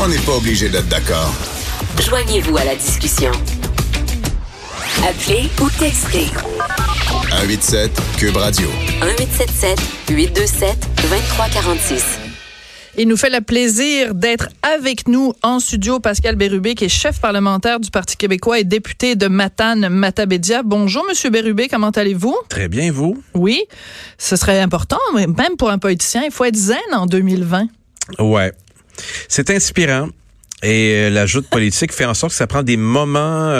On n'est pas obligé d'être d'accord. Joignez-vous à la discussion. Appelez ou textez. 187 Cube Radio. 1877-827-2346. Il nous fait le plaisir d'être avec nous en studio Pascal Bérubé, qui est chef parlementaire du Parti québécois et député de Matane-Matapédia. Bonjour, Monsieur Bérubé, comment allez-vous? Très bien, vous? Oui. Ce serait important, mais même pour un politicien, il faut être zen en 2020. Ouais. C'est inspirant. Et la joute politique fait en sorte que ça prend des moments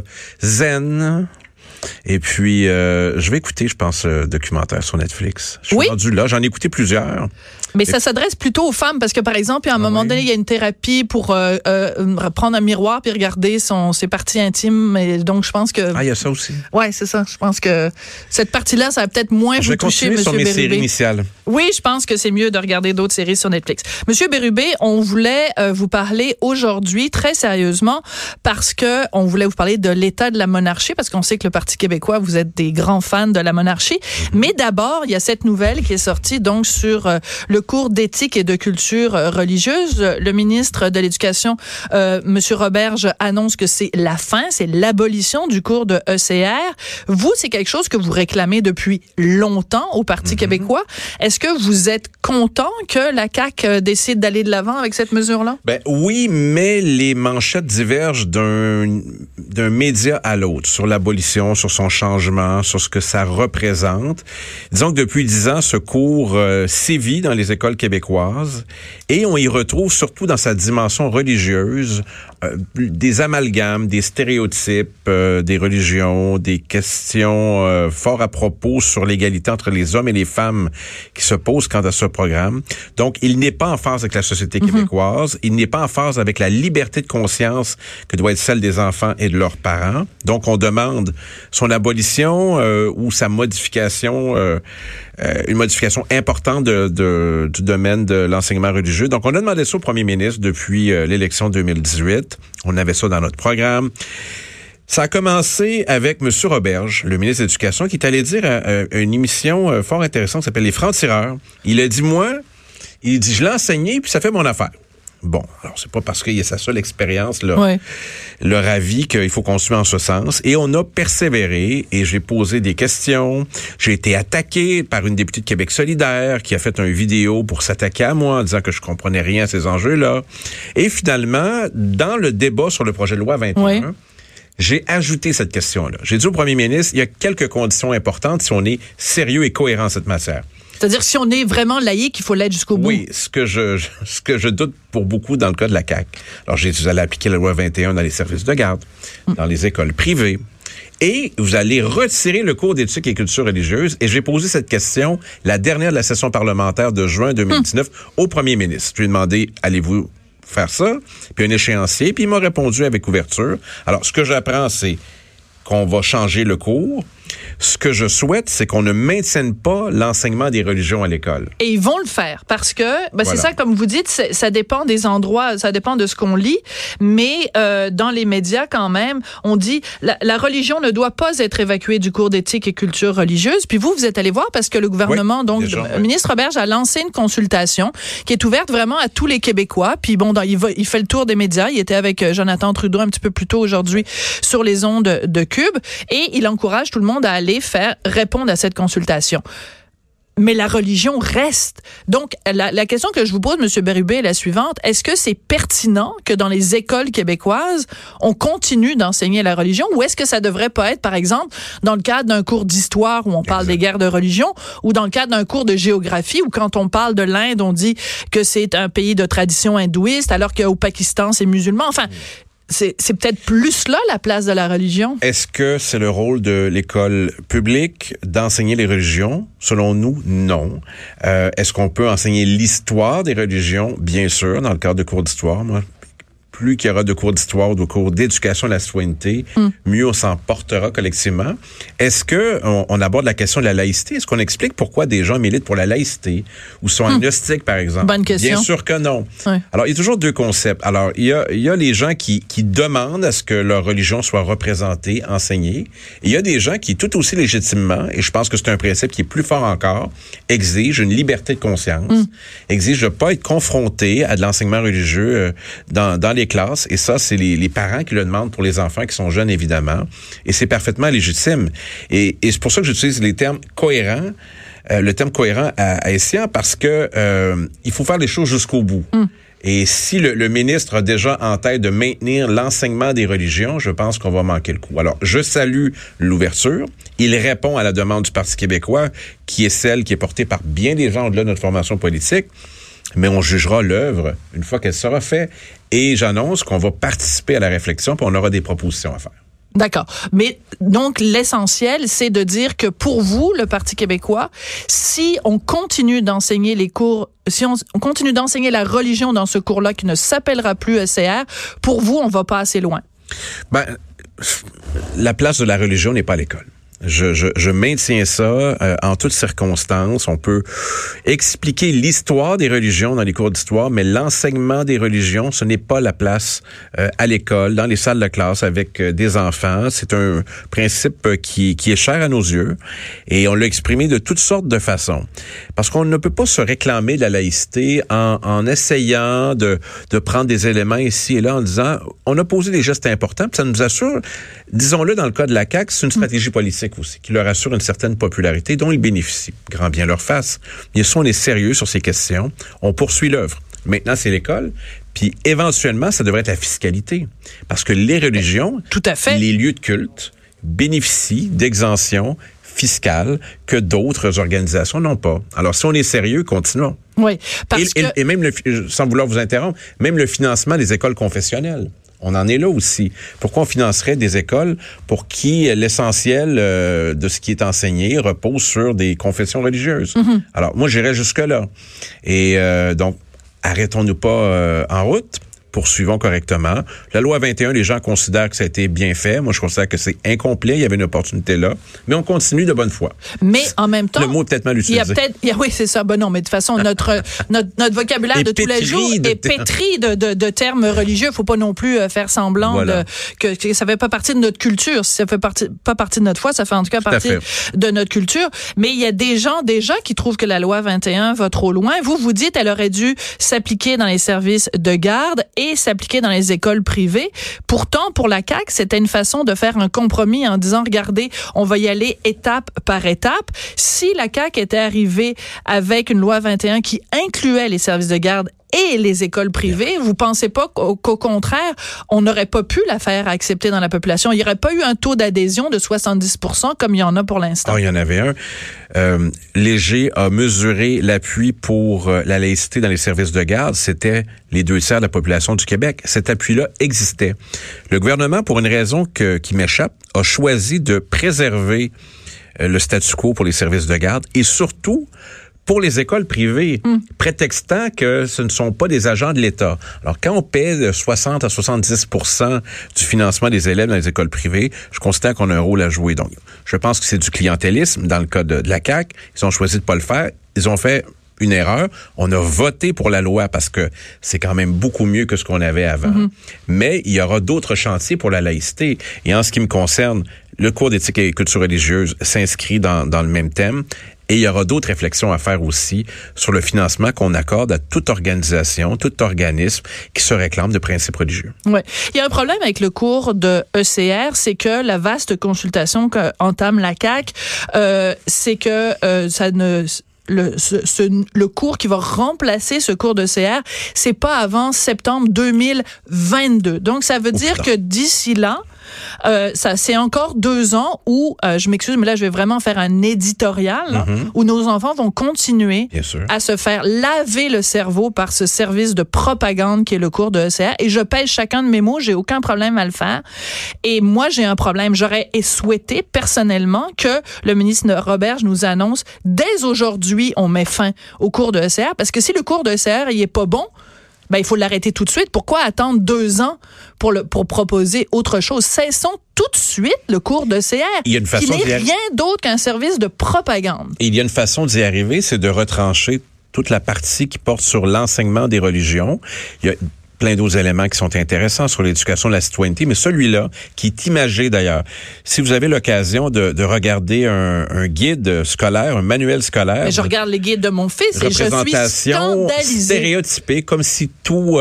zen. Et puis, je vais écouter, je pense, le documentaire sur Netflix. Je suis rendu là, j'en ai écouté plusieurs. Mais ça s'adresse plutôt aux femmes parce que, par exemple, à un moment donné, il y a une thérapie pour prendre un miroir puis regarder ses parties intimes. Et donc, je pense que... Ah, il y a ça aussi. Oui, c'est ça. Je pense que cette partie-là, ça va peut-être moins vous toucher, M. Bérubé. Je vais continuer sur mes séries initiales. Oui, je pense que c'est mieux de regarder d'autres séries sur Netflix. M. Bérubé, on voulait vous parler aujourd'hui, très sérieusement, parce que on voulait vous parler de l'état de la monarchie, parce qu'on sait que le Parti québécois, vous êtes des grands fans de la monarchie. Mais d'abord, il y a cette nouvelle qui est sortie donc sur le cours d'éthique et de culture religieuse. Le ministre de l'Éducation, M. Roberge, annonce que c'est la fin, c'est l'abolition du cours de ECR. Vous, c'est quelque chose que vous réclamez depuis longtemps au Parti québécois. Est-ce que vous êtes content que la CAQ décide d'aller de l'avant avec cette mesure-là? Ben oui, mais les manchettes divergent d'un média à l'autre sur l'abolition, sur son changement, sur ce que ça représente. Disons que depuis 10 ans, ce cours sévit dans les écoles québécoises et on y retrouve surtout dans sa dimension religieuse des amalgames, des stéréotypes des religions, des questions fort à propos sur l'égalité entre les hommes et les femmes qui se posent quant à ce programme. Donc, il n'est pas en phase avec la société québécoise, il n'est pas en phase avec la liberté de conscience que doit être celle des enfants et de leurs parents. Donc, on demande son abolition ou sa modification, une modification importante du domaine de l'enseignement religieux. Donc, on a demandé ça au premier ministre depuis l'élection 2018. On avait ça dans notre programme. Ça a commencé avec M. Roberge, le ministre de l'Éducation, qui est allé dire à une émission fort intéressante qui s'appelle Les Francs-tireurs. Il a dit, je l'ai enseigné, puis ça fait mon affaire. Bon, alors c'est pas parce qu'il y a sa seule expérience, leur avis, qu'il faut qu'on suive en ce sens. Et on a persévéré et j'ai posé des questions. J'ai été attaqué par une députée de Québec solidaire qui a fait une vidéo pour s'attaquer à moi en disant que je comprenais rien à ces enjeux-là. Et finalement, dans le débat sur le projet de loi 21, j'ai ajouté cette question-là. J'ai dit au premier ministre, il y a quelques conditions importantes si on est sérieux et cohérent en cette matière. C'est-à-dire, si on est vraiment laïque, il faut l'être jusqu'au bout. Oui, ce que je doute pour beaucoup dans le cas de la CAQ. Alors, vous allez appliquer la loi 21 dans les services de garde, dans les écoles privées, et vous allez retirer le cours d'éthique et culture religieuse. Et j'ai posé cette question, la dernière de la session parlementaire de juin 2019, au premier ministre. Je lui ai demandé, allez-vous faire ça? Puis un échéancier, puis il m'a répondu avec ouverture. Alors, ce que j'apprends, c'est qu'on va changer le cours. Ce que je souhaite, c'est qu'on ne maintienne pas l'enseignement des religions à l'école. Et ils vont le faire parce que, c'est ça, comme vous dites, ça dépend des endroits, ça dépend de ce qu'on lit, mais dans les médias quand même, on dit la religion ne doit pas être évacuée du cours d'éthique et culture religieuse. Puis vous êtes allé voir parce que le gouvernement, le ministre Roberge a lancé une consultation qui est ouverte vraiment à tous les Québécois. Puis bon, il fait le tour des médias. Il était avec Jonathan Trudeau un petit peu plus tôt aujourd'hui sur les ondes de Cube et il encourage tout le monde à aller répondre à cette consultation. Mais la religion reste. Donc, la question que je vous pose, M. Bérubé, est la suivante. Est-ce que c'est pertinent que dans les écoles québécoises, on continue d'enseigner la religion ou est-ce que ça devrait pas être, par exemple, dans le cadre d'un cours d'histoire où on parle des guerres de religion ou dans le cadre d'un cours de géographie où quand on parle de l'Inde, on dit que c'est un pays de tradition hindouiste alors qu'au Pakistan, c'est musulman. Enfin, c'est peut-être plus là la place de la religion. Est-ce que c'est le rôle de l'école publique d'enseigner les religions? Selon nous, non. Est-ce qu'on peut enseigner l'histoire des religions? Bien sûr, dans le cadre de cours d'histoire. Moi, plus qu'il y aura de cours d'histoire ou de cours d'éducation à la citoyenneté, mieux on s'en portera collectivement. Est-ce que on aborde la question de la laïcité? Est-ce qu'on explique pourquoi des gens militent pour la laïcité ou sont agnostiques, par exemple? Bonne question. Bien sûr que non. Oui. Alors, il y a toujours deux concepts. Alors, il y a les gens qui demandent à ce que leur religion soit représentée, enseignée. Et il y a des gens qui, tout aussi légitimement, et je pense que c'est un principe qui est plus fort encore, exigent une liberté de conscience, exigent de ne pas être confronté à de l'enseignement religieux dans les classes. Et ça, c'est les parents qui le demandent pour les enfants qui sont jeunes, évidemment. Et c'est parfaitement légitime. Et c'est pour ça que j'utilise les termes cohérents. Le terme cohérent à escient parce que il faut faire les choses jusqu'au bout. Et si le ministre a déjà en tête de maintenir l'enseignement des religions, je pense qu'on va manquer le coup. Alors, je salue l'ouverture. Il répond à la demande du Parti québécois, qui est celle qui est portée par bien des gens au-delà de notre formation politique. Mais on jugera l'œuvre une fois qu'elle sera faite. Et j'annonce qu'on va participer à la réflexion, puis on aura des propositions à faire. D'accord. Mais donc, l'essentiel, c'est de dire que pour vous, le Parti québécois, si on continue d'enseigner les cours, si on continue d'enseigner la religion dans ce cours-là qui ne s'appellera plus ECR, pour vous, on va pas assez loin. Ben, la place de la religion n'est pas à l'école. Je maintiens ça en toutes circonstances. On peut expliquer l'histoire des religions dans les cours d'histoire, mais l'enseignement des religions, ce n'est pas la place à l'école, dans les salles de classe avec des enfants. C'est un principe qui est cher à nos yeux et on l'a exprimé de toutes sortes de façons. Parce qu'on ne peut pas se réclamer de la laïcité en essayant de prendre des éléments ici et là en disant on a posé des gestes importants, puis ça nous assure, disons-le dans le cas de la CAQ, c'est une stratégie politique aussi, qui leur assure une certaine popularité dont ils bénéficient. Grand bien leur face. Mais si on est sérieux sur ces questions, on poursuit l'œuvre. Maintenant, c'est l'école. Puis éventuellement, ça devrait être la fiscalité. Parce que les religions, tout à fait, les lieux de culte bénéficient d'exemptions fiscales que d'autres organisations n'ont pas. Alors, si on est sérieux, continuons. Oui, parce que... Et même, sans vouloir vous interrompre, même le financement des écoles confessionnelles. On en est là aussi. Pourquoi on financerait des écoles pour qui l'essentiel de ce qui est enseigné repose sur des confessions religieuses? Alors, moi, j'irais jusque-là. Et donc, arrêtons-nous pas en route. Poursuivons correctement. La loi 21, les gens considèrent que ça a été bien fait. Moi, je considère que c'est incomplet. Il y avait une opportunité là. Mais on continue de bonne foi. Mais en même temps... Le mot est peut-être mal utilisé. Oui, c'est ça. Ben non, mais de toute façon, notre vocabulaire de tous les jours est pétri de termes religieux. Faut pas non plus faire semblant que ça fait pas partie de notre culture. Si ça fait pas partie de notre foi, ça fait en tout cas partie de notre culture. Mais il y a des gens déjà qui trouvent que la loi 21 va trop loin. Vous dites elle aurait dû s'appliquer dans les services de garde et s'appliquer dans les écoles privées. Pourtant, pour la CAQ, c'était une façon de faire un compromis en disant, regardez, on va y aller étape par étape. Si la CAQ était arrivée avec une loi 21 qui incluait les services de garde et les écoles privées, vous pensez pas qu'au contraire, on n'aurait pas pu la faire accepter dans la population? Il n'y aurait pas eu un taux d'adhésion de 70% comme il y en a pour l'instant. Oh, il y en avait un. Léger a mesuré l'appui pour la laïcité dans les services de garde. C'était les 2/3 de la population du Québec. Cet appui-là existait. Le gouvernement, pour une raison qui m'échappe, a choisi de préserver le statu quo pour les services de garde et surtout pour les écoles privées, prétextant que ce ne sont pas des agents de l'État. Alors, quand on paie de 60 à 70% du financement des élèves dans les écoles privées, je considère qu'on a un rôle à jouer. Donc, je pense que c'est du clientélisme dans le cas de la CAQ. Ils ont choisi de pas le faire. Ils ont fait une erreur. On a voté pour la loi parce que c'est quand même beaucoup mieux que ce qu'on avait avant. Mais il y aura d'autres chantiers pour la laïcité. Et en ce qui me concerne, le cours d'éthique et culture religieuse s'inscrit dans le même thème. Et il y aura d'autres réflexions à faire aussi sur le financement qu'on accorde à toute organisation, tout organisme qui se réclame de principes religieux. Ouais. Il y a un problème avec le cours de ECR, c'est que la vaste consultation qu'entame la CAQ, c'est que ça ne... Le cours qui va remplacer ce cours de CR, c'est pas avant septembre 2022. Donc, ça veut dire que d'ici là, ça c'est encore 2 ans où, je m'excuse, mais là, je vais vraiment faire un éditorial, où nos enfants vont continuer à se faire laver le cerveau par ce service de propagande qui est le cours de ECR. Et je pèse chacun de mes mots, j'ai aucun problème à le faire. Et moi, j'ai un problème. J'aurais souhaité personnellement que le ministre Roberge nous annonce dès aujourd'hui, on met fin au cours de ECR, parce que si le cours de ECR, il est pas bon, ben il faut l'arrêter tout de suite. Pourquoi attendre 2 ans pour proposer autre chose? Cessons tout de suite le cours d'ECR, il y a une façon qui n'est rien d'autre qu'un service de propagande. Et il y a une façon d'y arriver, c'est de retrancher toute la partie qui porte sur l'enseignement des religions. Il y a plein d'autres éléments qui sont intéressants sur l'éducation de la citoyenneté, mais celui-là, qui est imagé d'ailleurs. Si vous avez l'occasion de regarder un guide scolaire, un manuel scolaire... Mais je regarde les guides de mon fils et je suis scandalisée. Stéréotypée, comme si tous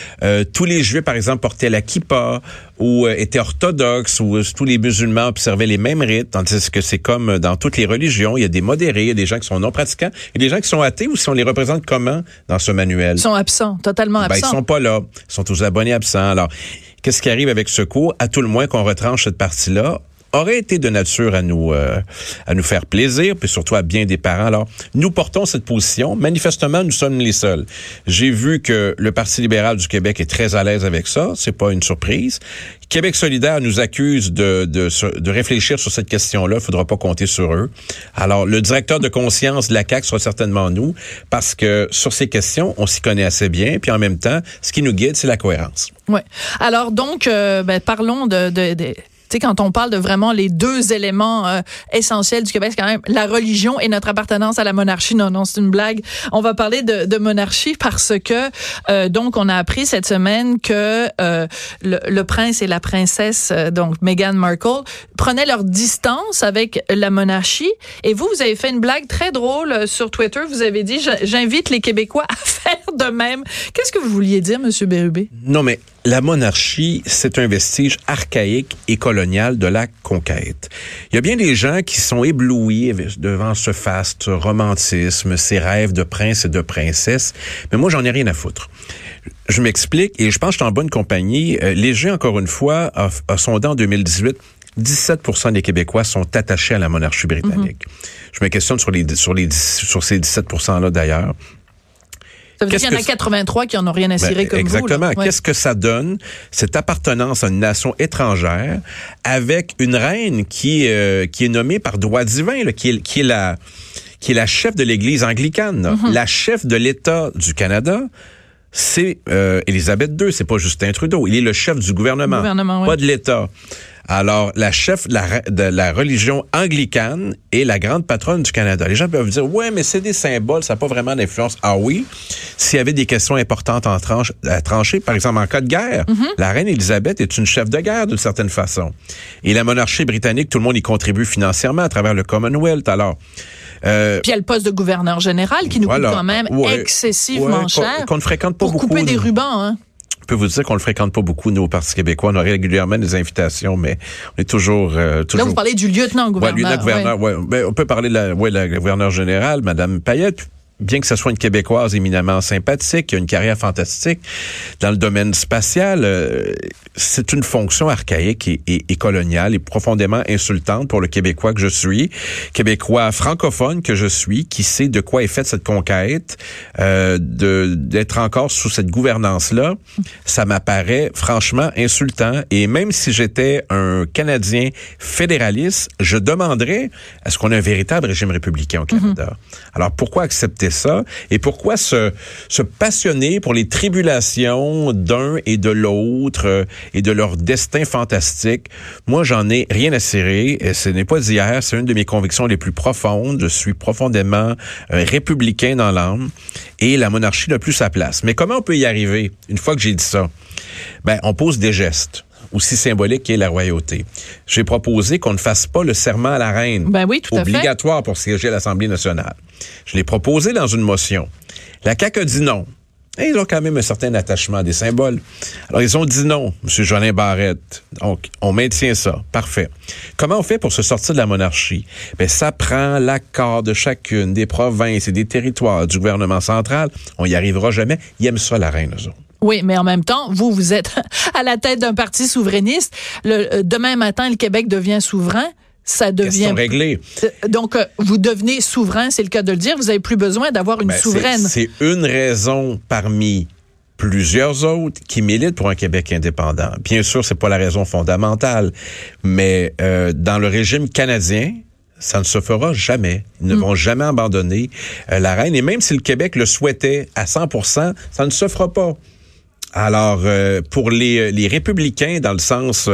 les Juifs, par exemple, portaient la kippa, ou étaient orthodoxes, ou tous les musulmans observaient les mêmes rites, tandis que c'est comme dans toutes les religions, il y a des modérés, il y a des gens qui sont non pratiquants, et des gens qui sont athées, ou si on les représente comment dans ce manuel? Ils sont absents, totalement absents. Ils sont pas là, ils sont tous abonnés absents. Alors, qu'est-ce qui arrive avec ce cours? À tout le moins qu'on retranche cette partie-là, aurait été de nature à nous faire plaisir, puis surtout à bien des parents. Alors, nous portons cette position. Manifestement, nous sommes les seuls. J'ai vu que le Parti libéral du Québec est très à l'aise avec ça. C'est pas une surprise. Québec solidaire nous accuse de réfléchir sur cette question-là. Il faudra pas compter sur eux. Alors, le directeur de conscience de la CAQ sera certainement nous, parce que sur ces questions, on s'y connaît assez bien. Puis en même temps, ce qui nous guide, c'est la cohérence. Oui. Alors donc, parlons de quand on parle de vraiment les 2 éléments essentiels du Québec, c'est quand même la religion et notre appartenance à la monarchie. Non, c'est une blague. On va parler de monarchie parce que donc on a appris cette semaine que le prince et la princesse, donc Meghan Markle, prenaient leur distance avec la monarchie. Et vous avez fait une blague très drôle sur Twitter. Vous avez dit j'invite les Québécois à faire de même. Qu'est-ce que vous vouliez dire, Monsieur Bérubé? Non, mais la monarchie, c'est un vestige archaïque et colonial de la conquête. Il y a bien des gens qui sont éblouis devant ce faste romantisme, ces rêves de prince et de princesse, mais moi, j'en ai rien à foutre. Je m'explique, et je pense que je suis en bonne compagnie. Léger, encore une fois, a sondé en 2018 17% des Québécois sont attachés à la monarchie britannique. Je me questionne sur ces 17%-là, d'ailleurs. Ça veut dire qu'il y en a 83 qui en ont rien à cirer comme exactement. vous. Ouais. Qu'est-ce que ça donne, cette appartenance à une nation étrangère, avec une reine qui est nommée par droit divin, là, qui est la chef de l'Église anglicane, la chef de l'État du Canada. C'est Élisabeth II, c'est pas Justin Trudeau. Il est le chef du gouvernement pas de l'État. Alors, la chef de la religion anglicane est la grande patronne du Canada. Les gens peuvent dire, ouais, mais c'est des symboles, ça n'a pas vraiment d'influence. Ah oui, s'il y avait des questions importantes à trancher, par exemple en cas de guerre, la reine Élisabeth est une chef de guerre d'une certaine façon. Et la monarchie britannique, tout le monde y contribue financièrement à travers le Commonwealth. Alors, puis il y a le poste de gouverneur général qui nous coûte quand même excessivement cher qu'on ne fréquente pas pour beaucoup. Pour couper des rubans, hein. Je peux vous dire qu'on le fréquente pas beaucoup, nous, au Parti québécois. On a régulièrement des invitations, mais on est toujours... Là, vous parlez du lieutenant-gouverneur. Oui, lieutenant-gouverneur, ouais. Ben, on peut parler de la gouverneure générale, Mme Payette. Bien que ce soit une Québécoise éminemment sympathique, qui a une carrière fantastique dans le domaine spatial, c'est une fonction archaïque et coloniale et profondément insultante pour le Québécois que je suis, Québécois francophone que je suis, qui sait de quoi est faite cette conquête, d'être encore sous cette gouvernance-là. Ça m'apparaît franchement insultant. Et même si j'étais un Canadien fédéraliste, je demanderais à ce qu'on ait un véritable régime républicain au Canada. Alors pourquoi accepter ça? Et pourquoi se passionner pour les tribulations d'un et de l'autre et de leur destin fantastique? Moi, j'en ai rien à cirer. Et ce n'est pas d'hier. C'est une de mes convictions les plus profondes. Je suis profondément républicain dans l'âme. Et la monarchie n'a plus sa place. Mais comment on peut y arriver une fois que j'ai dit ça? Ben, on pose des gestes aussi symbolique qu'est la royauté. J'ai proposé qu'on ne fasse pas le serment à la reine. Ben oui, tout à fait. Obligatoire pour siéger à l'Assemblée nationale. Je l'ai proposé dans une motion. La CAQ a dit non. Et ils ont quand même un certain attachement à des symboles. Alors, ils ont dit non, M. Jolin Barrette. Donc, on maintient ça. Parfait. Comment on fait pour se sortir de la monarchie? Ben, ça prend l'accord de chacune des provinces et des territoires du gouvernement central. On y arrivera jamais. Ils aiment ça, la reine, eux autres. Oui, mais en même temps, vous êtes à la tête d'un parti souverainiste. Demain matin, le Québec devient souverain. Ça devient... Question réglée. Donc, vous devenez souverain, c'est le cas de le dire. Vous n'avez plus besoin d'avoir une souveraine. C'est une raison parmi plusieurs autres qui militent pour un Québec indépendant. Bien sûr, c'est pas la raison fondamentale, mais dans le régime canadien, ça ne se fera jamais. Ils ne vont jamais abandonner la reine. Et même si le Québec le souhaitait à 100%, ça ne se fera pas. Alors, pour les républicains, dans le sens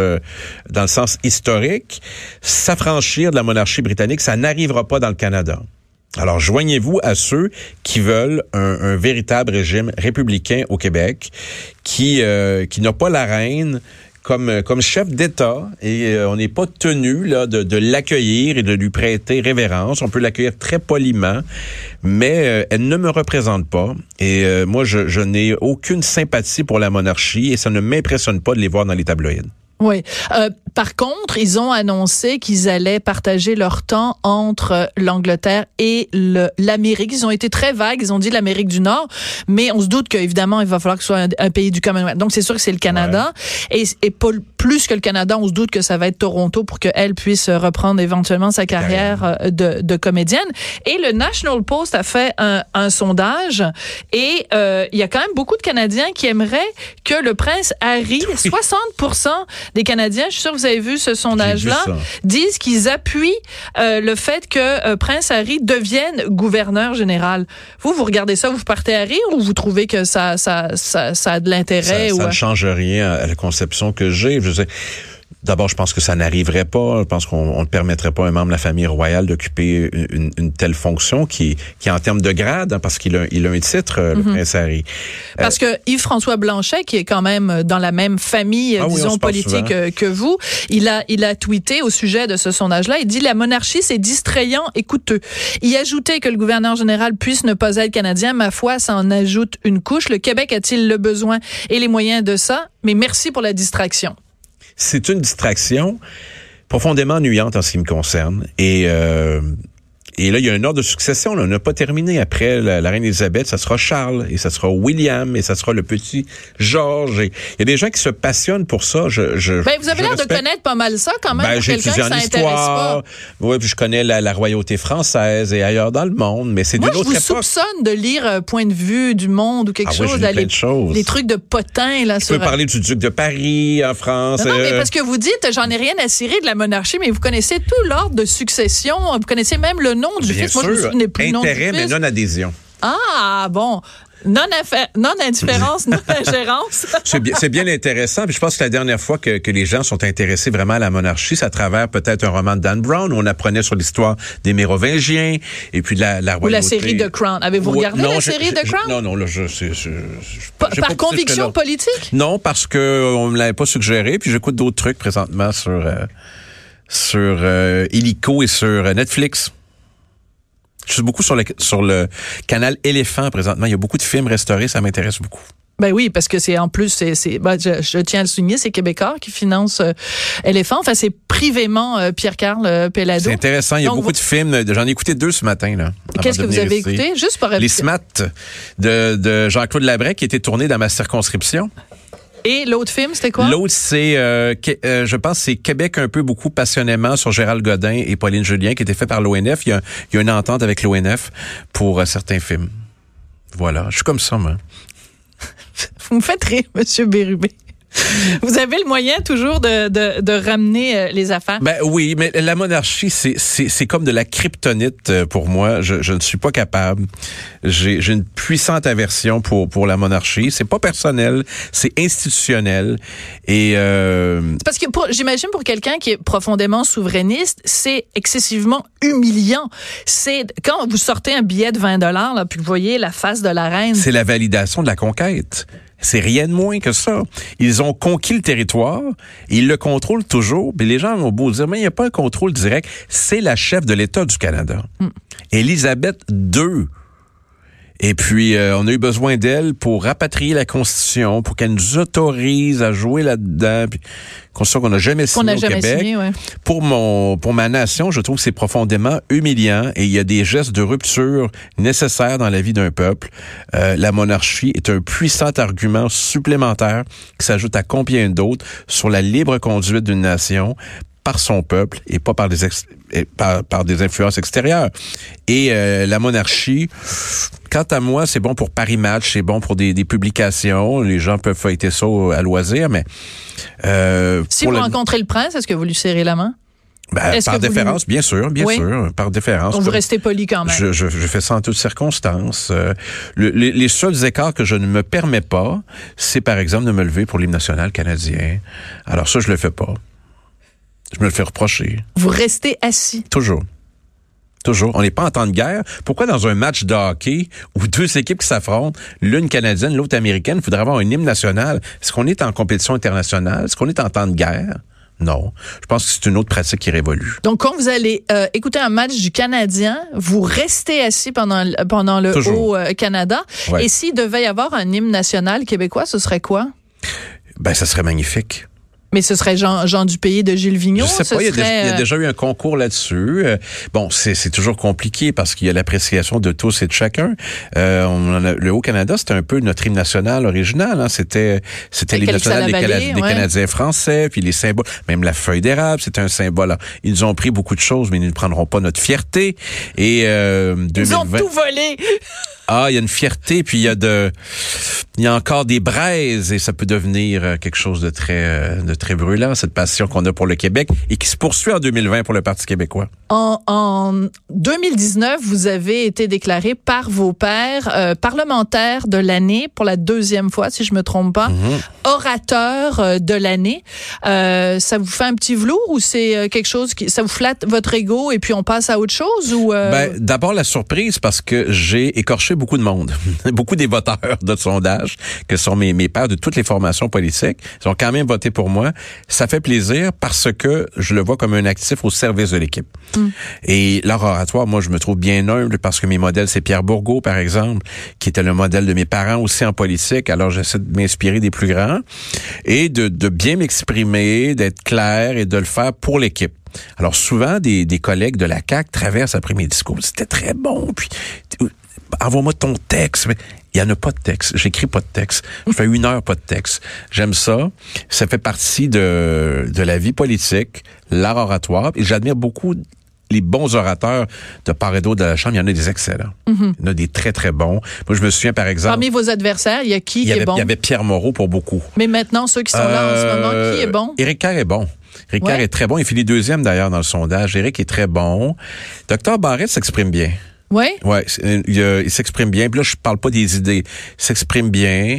historique, s'affranchir de la monarchie britannique, ça n'arrivera pas dans le Canada. Alors, joignez-vous à ceux qui veulent un véritable régime républicain au Québec, qui n'a pas la reine comme chef d'État, et on n'est pas tenu là de l'accueillir et de lui prêter révérence. On peut l'accueillir très poliment, mais elle ne me représente pas. Et moi, je n'ai aucune sympathie pour la monarchie, et ça ne m'impressionne pas de les voir dans les tabloïds. Oui. Par contre, ils ont annoncé qu'ils allaient partager leur temps entre l'Angleterre et l'Amérique. Ils ont été très vagues. Ils ont dit l'Amérique du Nord, mais on se doute qu'évidemment, il va falloir que ce soit un pays du Commonwealth. Donc, c'est sûr que c'est le Canada. Ouais. Et plus que le Canada, on se doute que ça va être Toronto pour qu'elle puisse reprendre éventuellement sa carrière de comédienne. Et le National Post a fait un sondage, et il y a quand même beaucoup de Canadiens qui aimeraient que le prince Harry, 60% des Canadiens, je suis sûre que vous avez vu ce sondage-là, disent qu'ils appuient le fait que Prince Harry devienne gouverneur général. Vous regardez ça, vous partez à rire, ou vous trouvez que ça a de l'intérêt? Ça ne change rien à la conception que j'ai. D'abord, je pense que ça n'arriverait pas. Je pense qu'on ne permettrait pas à un membre de la famille royale d'occuper une telle fonction qui est en termes de grade, hein, parce qu'il a un titre, le prince Harry. Parce que Yves-François Blanchet, qui est quand même dans la même famille, disons, politique que vous, il a tweeté au sujet de ce sondage-là. Il dit « La monarchie, c'est distrayant et coûteux. Y ajouter que le gouverneur général puisse ne pas être canadien, ma foi, ça en ajoute une couche. Le Québec a-t-il le besoin et les moyens de ça? Mais merci pour la distraction. » C'est une distraction profondément ennuyante en ce qui me concerne. Et là, il y a un ordre de succession. Là. On n'a pas terminé. Après la reine Élisabeth, ça sera Charles, et ça sera William, et ça sera le petit Georges. Et il y a des gens qui se passionnent pour ça. Vous avez l'air de connaître pas mal ça quand même, pour quelqu'un qui s'intéresse pas. Oui, puis je connais la royauté française et ailleurs dans le monde, mais c'est d'une autre époque. Moi, je vous soupçonne de lire Point de vue du monde ou quelque chose. Plein de choses. Les trucs de potins. Là, je peux parler du duc de Paris en France. Non, mais parce que vous dites, j'en ai rien à cirer de la monarchie, mais vous connaissez tout l'ordre de succession. Vous connaissez même le nom du fils. Moi, je me souvenais plus du nom du fils. Intérêt, mais non-adhésion. Ah, bon. Non-indifférence, non-ingérence. C'est bien intéressant. Puis je pense que la dernière fois que les gens sont intéressés vraiment à la monarchie, c'est à travers peut-être un roman de Dan Brown où on apprenait sur l'histoire des Mérovingiens et puis de la royauté. Ou la série The Crown. Avez-vous regardé la série The Crown? Non, là, par conviction politique? Non, parce qu'on me l'avait pas suggéré. Puis j'écoute d'autres trucs présentement sur Illico et sur Netflix. Je suis beaucoup sur le canal Éléphant présentement. Il y a beaucoup de films restaurés, ça m'intéresse beaucoup. Ben oui, parce que je tiens à le souligner, c'est Québécois qui finance Éléphant. Enfin, c'est privément Pierre-Carl Pellado. C'est intéressant. Il y a beaucoup de films. J'en ai écouté 2 ce matin, là. Qu'est-ce que vous avez écouté? Juste pour Les SMAT de Jean-Claude Labrec, qui était tourné dans ma circonscription. Et l'autre film, c'était quoi? L'autre, c'est, je pense, c'est Québec un peu beaucoup passionnément sur Gérald Godin et Pauline Julien, qui était fait par l'ONF. Il y a une entente avec l'ONF pour certains films. Voilà, je suis comme ça, moi. Vous me faites rire, Monsieur Bérubé. Vous avez le moyen toujours de ramener les affaires. Ben oui, mais la monarchie, c'est comme de la kryptonite pour moi. Je ne suis pas capable. J'ai une puissante aversion pour la monarchie. C'est pas personnel, c'est institutionnel. Et parce que j'imagine pour quelqu'un qui est profondément souverainiste, c'est excessivement humiliant. C'est quand vous sortez un billet de $20 là, puis que vous voyez la face de la reine. C'est la validation de la conquête. C'est rien de moins que ça. Ils ont conquis le territoire, ils le contrôlent toujours, puis les gens ont beau dire, mais il n'y a pas un contrôle direct. C'est la chef de l'État du Canada. Élisabeth II. Et puis, on a eu besoin d'elle pour rapatrier la Constitution, pour qu'elle nous autorise à jouer là-dedans. Puis, Constitution qu'on n'a jamais signée au Québec. Ouais. Pour ma nation, je trouve que c'est profondément humiliant et il y a des gestes de rupture nécessaires dans la vie d'un peuple. La monarchie est un puissant argument supplémentaire qui s'ajoute à combien d'autres sur la libre conduite d'une nation par son peuple et pas par des influences extérieures. Et la monarchie, quant à moi, c'est bon pour Paris Match, c'est bon pour des publications. Les gens peuvent feuilleter ça à loisir, mais... si vous rencontrez le prince, est-ce que vous lui serrez la main? Par déférence, bien sûr, par déférence. Donc, vous restez poli quand même. Je fais ça en toutes circonstances. Les seuls écarts que je ne me permets pas, c'est par exemple de me lever pour l'hymne national canadien. Alors ça, je le fais pas. Je me le fais reprocher. Vous restez assis? Toujours. On n'est pas en temps de guerre. Pourquoi dans un match de hockey où deux équipes qui s'affrontent, l'une canadienne, l'autre américaine, il faudrait avoir un hymne national? Est-ce qu'on est en compétition internationale? Est-ce qu'on est en temps de guerre? Non. Je pense que c'est une autre pratique qui est révolue. Donc, quand vous allez écouter un match du Canadien, vous restez assis pendant le Haut-Canada. Ouais. Et s'il devait y avoir un hymne national québécois, ce serait quoi? Ça serait magnifique. Mais ce serait Jean du Pays de Gilles Vigneault? Je sais pas, il y a déjà eu un concours là-dessus. C'est toujours compliqué parce qu'il y a l'appréciation de tous et de chacun. Le Haut-Canada, c'était un peu notre hymne national original. Hein. C'était l'hymne national des Canadiens français, puis les symboles. Même la feuille d'érable, c'était un symbole. Alors, ils nous ont pris beaucoup de choses, mais ils ne prendront pas notre fierté. Et 2020, ils ont tout volé! Il y a une fierté, puis il y a encore des braises et ça peut devenir quelque chose de très brûlant, cette passion qu'on a pour le Québec et qui se poursuit en 2020 pour le Parti québécois. En 2019, vous avez été déclaré par vos pairs parlementaire de l'année pour la deuxième fois, si je me trompe pas, orateur de l'année. Ça vous fait un petit velours ou c'est quelque chose ça vous flatte votre ego et puis on passe à autre chose ou D'abord la surprise parce que j'ai écorché beaucoup de monde, beaucoup des voteurs de sondage que sont mes pairs de toutes les formations politiques. Ils ont quand même voté pour moi. Ça fait plaisir parce que je le vois comme un actif au service de l'équipe. Et leur oratoire, moi, je me trouve bien humble parce que mes modèles, c'est Pierre Bourgault, par exemple, qui était le modèle de mes parents aussi en politique. Alors, j'essaie de m'inspirer des plus grands et de bien m'exprimer, d'être clair et de le faire pour l'équipe. Alors, souvent, des collègues de la CAQ traversent après mes discours. C'était très bon, puis envoie-moi ton texte. Mais il y en a pas de texte. J'écris pas de texte. Je fais 1 heure pas de texte. J'aime ça. Ça fait partie de la vie politique, l'art oratoire. Et j'admire beaucoup les bons orateurs de part et d'autre de la Chambre. Il y en a des excellents. Il y en a des très, très bons. Moi, je me souviens, par exemple... Parmi vos adversaires, il y a qui est bon? Il y avait Pierre Moreau pour beaucoup. Mais maintenant, ceux qui sont là en ce moment, qui est bon? Éric Kerr est bon. Éric Kerr est très bon. Il finit 2e, d'ailleurs, dans le sondage. Éric est très bon. Dr. Barrette s'exprime bien. Oui? Ouais, il s'exprime bien. Puis là, je parle pas des idées. Il s'exprime bien.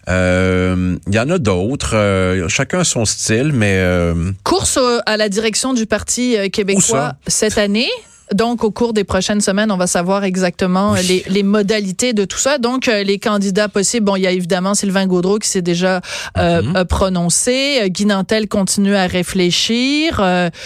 Il y en a d'autres. Chacun a son style, mais... Course à la direction du Parti québécois cette année. Donc, au cours des prochaines semaines, on va savoir exactement les modalités de tout ça. Donc, les candidats possibles, il y a évidemment Sylvain Gaudreault qui s'est déjà prononcé. Guy Nantel continue à réfléchir.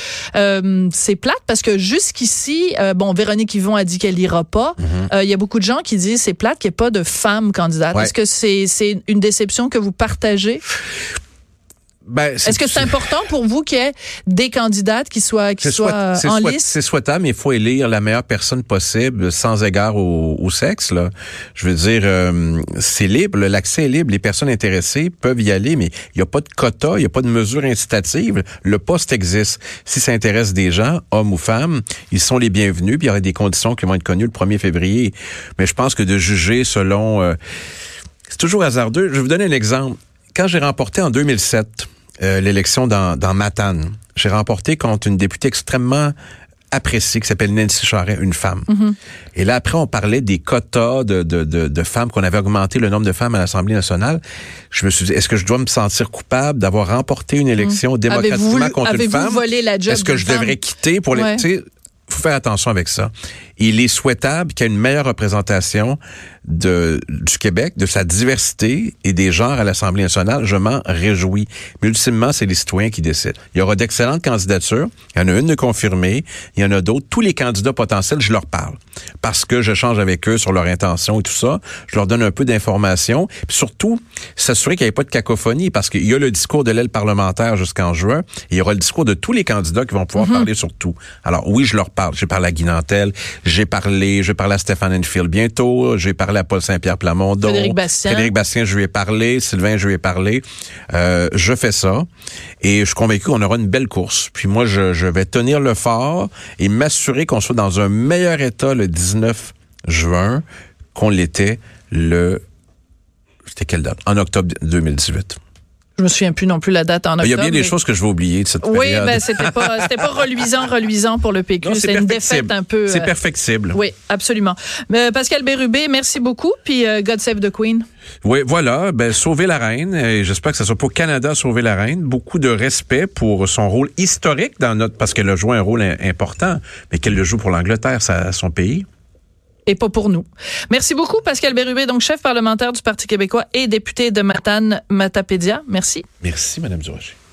C'est plate parce que jusqu'ici, Véronique Yvon a dit qu'elle ira pas. Il y a beaucoup de gens qui disent c'est plate qu'il n'y ait pas de femmes candidates. Ouais. Est-ce que c'est une déception que vous partagez? Est-ce que c'est important pour vous qu'il y ait des candidates qui soient en liste? C'est souhaitable, mais il faut élire la meilleure personne possible sans égard au sexe, là. Je veux dire, c'est libre, l'accès est libre, les personnes intéressées peuvent y aller, mais il n'y a pas de quota, il n'y a pas de mesure incitative. Le poste existe. Si ça intéresse des gens, hommes ou femmes, ils sont les bienvenus, puis il y aura des conditions qui vont être connues le 1er février. Mais je pense que de juger selon... c'est toujours hasardeux. Je vais vous donner un exemple. Quand j'ai remporté en 2007... l'élection dans Matane. J'ai remporté contre une députée extrêmement appréciée qui s'appelle Nancy Charest, une femme. Et là, après, on parlait des quotas de femmes, qu'on avait augmenté le nombre de femmes à l'Assemblée nationale. Je me suis dit, est-ce que je dois me sentir coupable d'avoir remporté une élection démocratiquement contre une femme? Avez-vous volé la job? Est-ce que je devrais quitter pour les... Tu sais, faut faire attention avec ça. Il est souhaitable qu'il y ait une meilleure représentation du Québec, de sa diversité et des genres à l'Assemblée nationale. Je m'en réjouis. Mais ultimement, c'est les citoyens qui décident. Il y aura d'excellentes candidatures. Il y en a une de confirmée. Il y en a d'autres. Tous les candidats potentiels, je leur parle. Parce que je change avec eux sur leur intention et tout ça. Je leur donne un peu d'informations. Puis surtout, s'assurer qu'il n'y ait pas de cacophonie parce qu'il y a le discours de l'aile parlementaire jusqu'en juin. Et il y aura le discours de tous les candidats qui vont pouvoir parler sur tout. Alors oui, je leur parle. J'ai parlé à Guy Nantel. Je vais parler à Stéphane Enfield bientôt. J'ai parlé à Paul Saint-Pierre Plamondon. Frédéric Bastien, je lui ai parlé. Sylvain, je lui ai parlé. Je fais ça. Et je suis convaincu qu'on aura une belle course. Puis moi, je vais tenir le fort et m'assurer qu'on soit dans un meilleur état le 19 juin qu'on l'était c'était quelle date? En octobre 2018. Je me souviens plus non plus la date en octobre. Il y a bien des choses que je vais oublier de cette période. Oui, ben c'était pas reluisant pour le PQ. C'est une défaite un peu. C'est perfectible. Oui, absolument. Pascal Bérubé, merci beaucoup. Puis God Save the Queen. Oui, voilà. Ben sauver la reine. Et j'espère que ça soit pour Canada sauver la reine. Beaucoup de respect pour son rôle historique parce qu'elle a joué un rôle important, mais qu'elle le joue pour l'Angleterre, son pays. Et pas pour nous. Merci beaucoup, Pascal Bérubé, donc chef parlementaire du Parti québécois et député de Matane-Matapédia. Merci. Merci, Mme Durocher.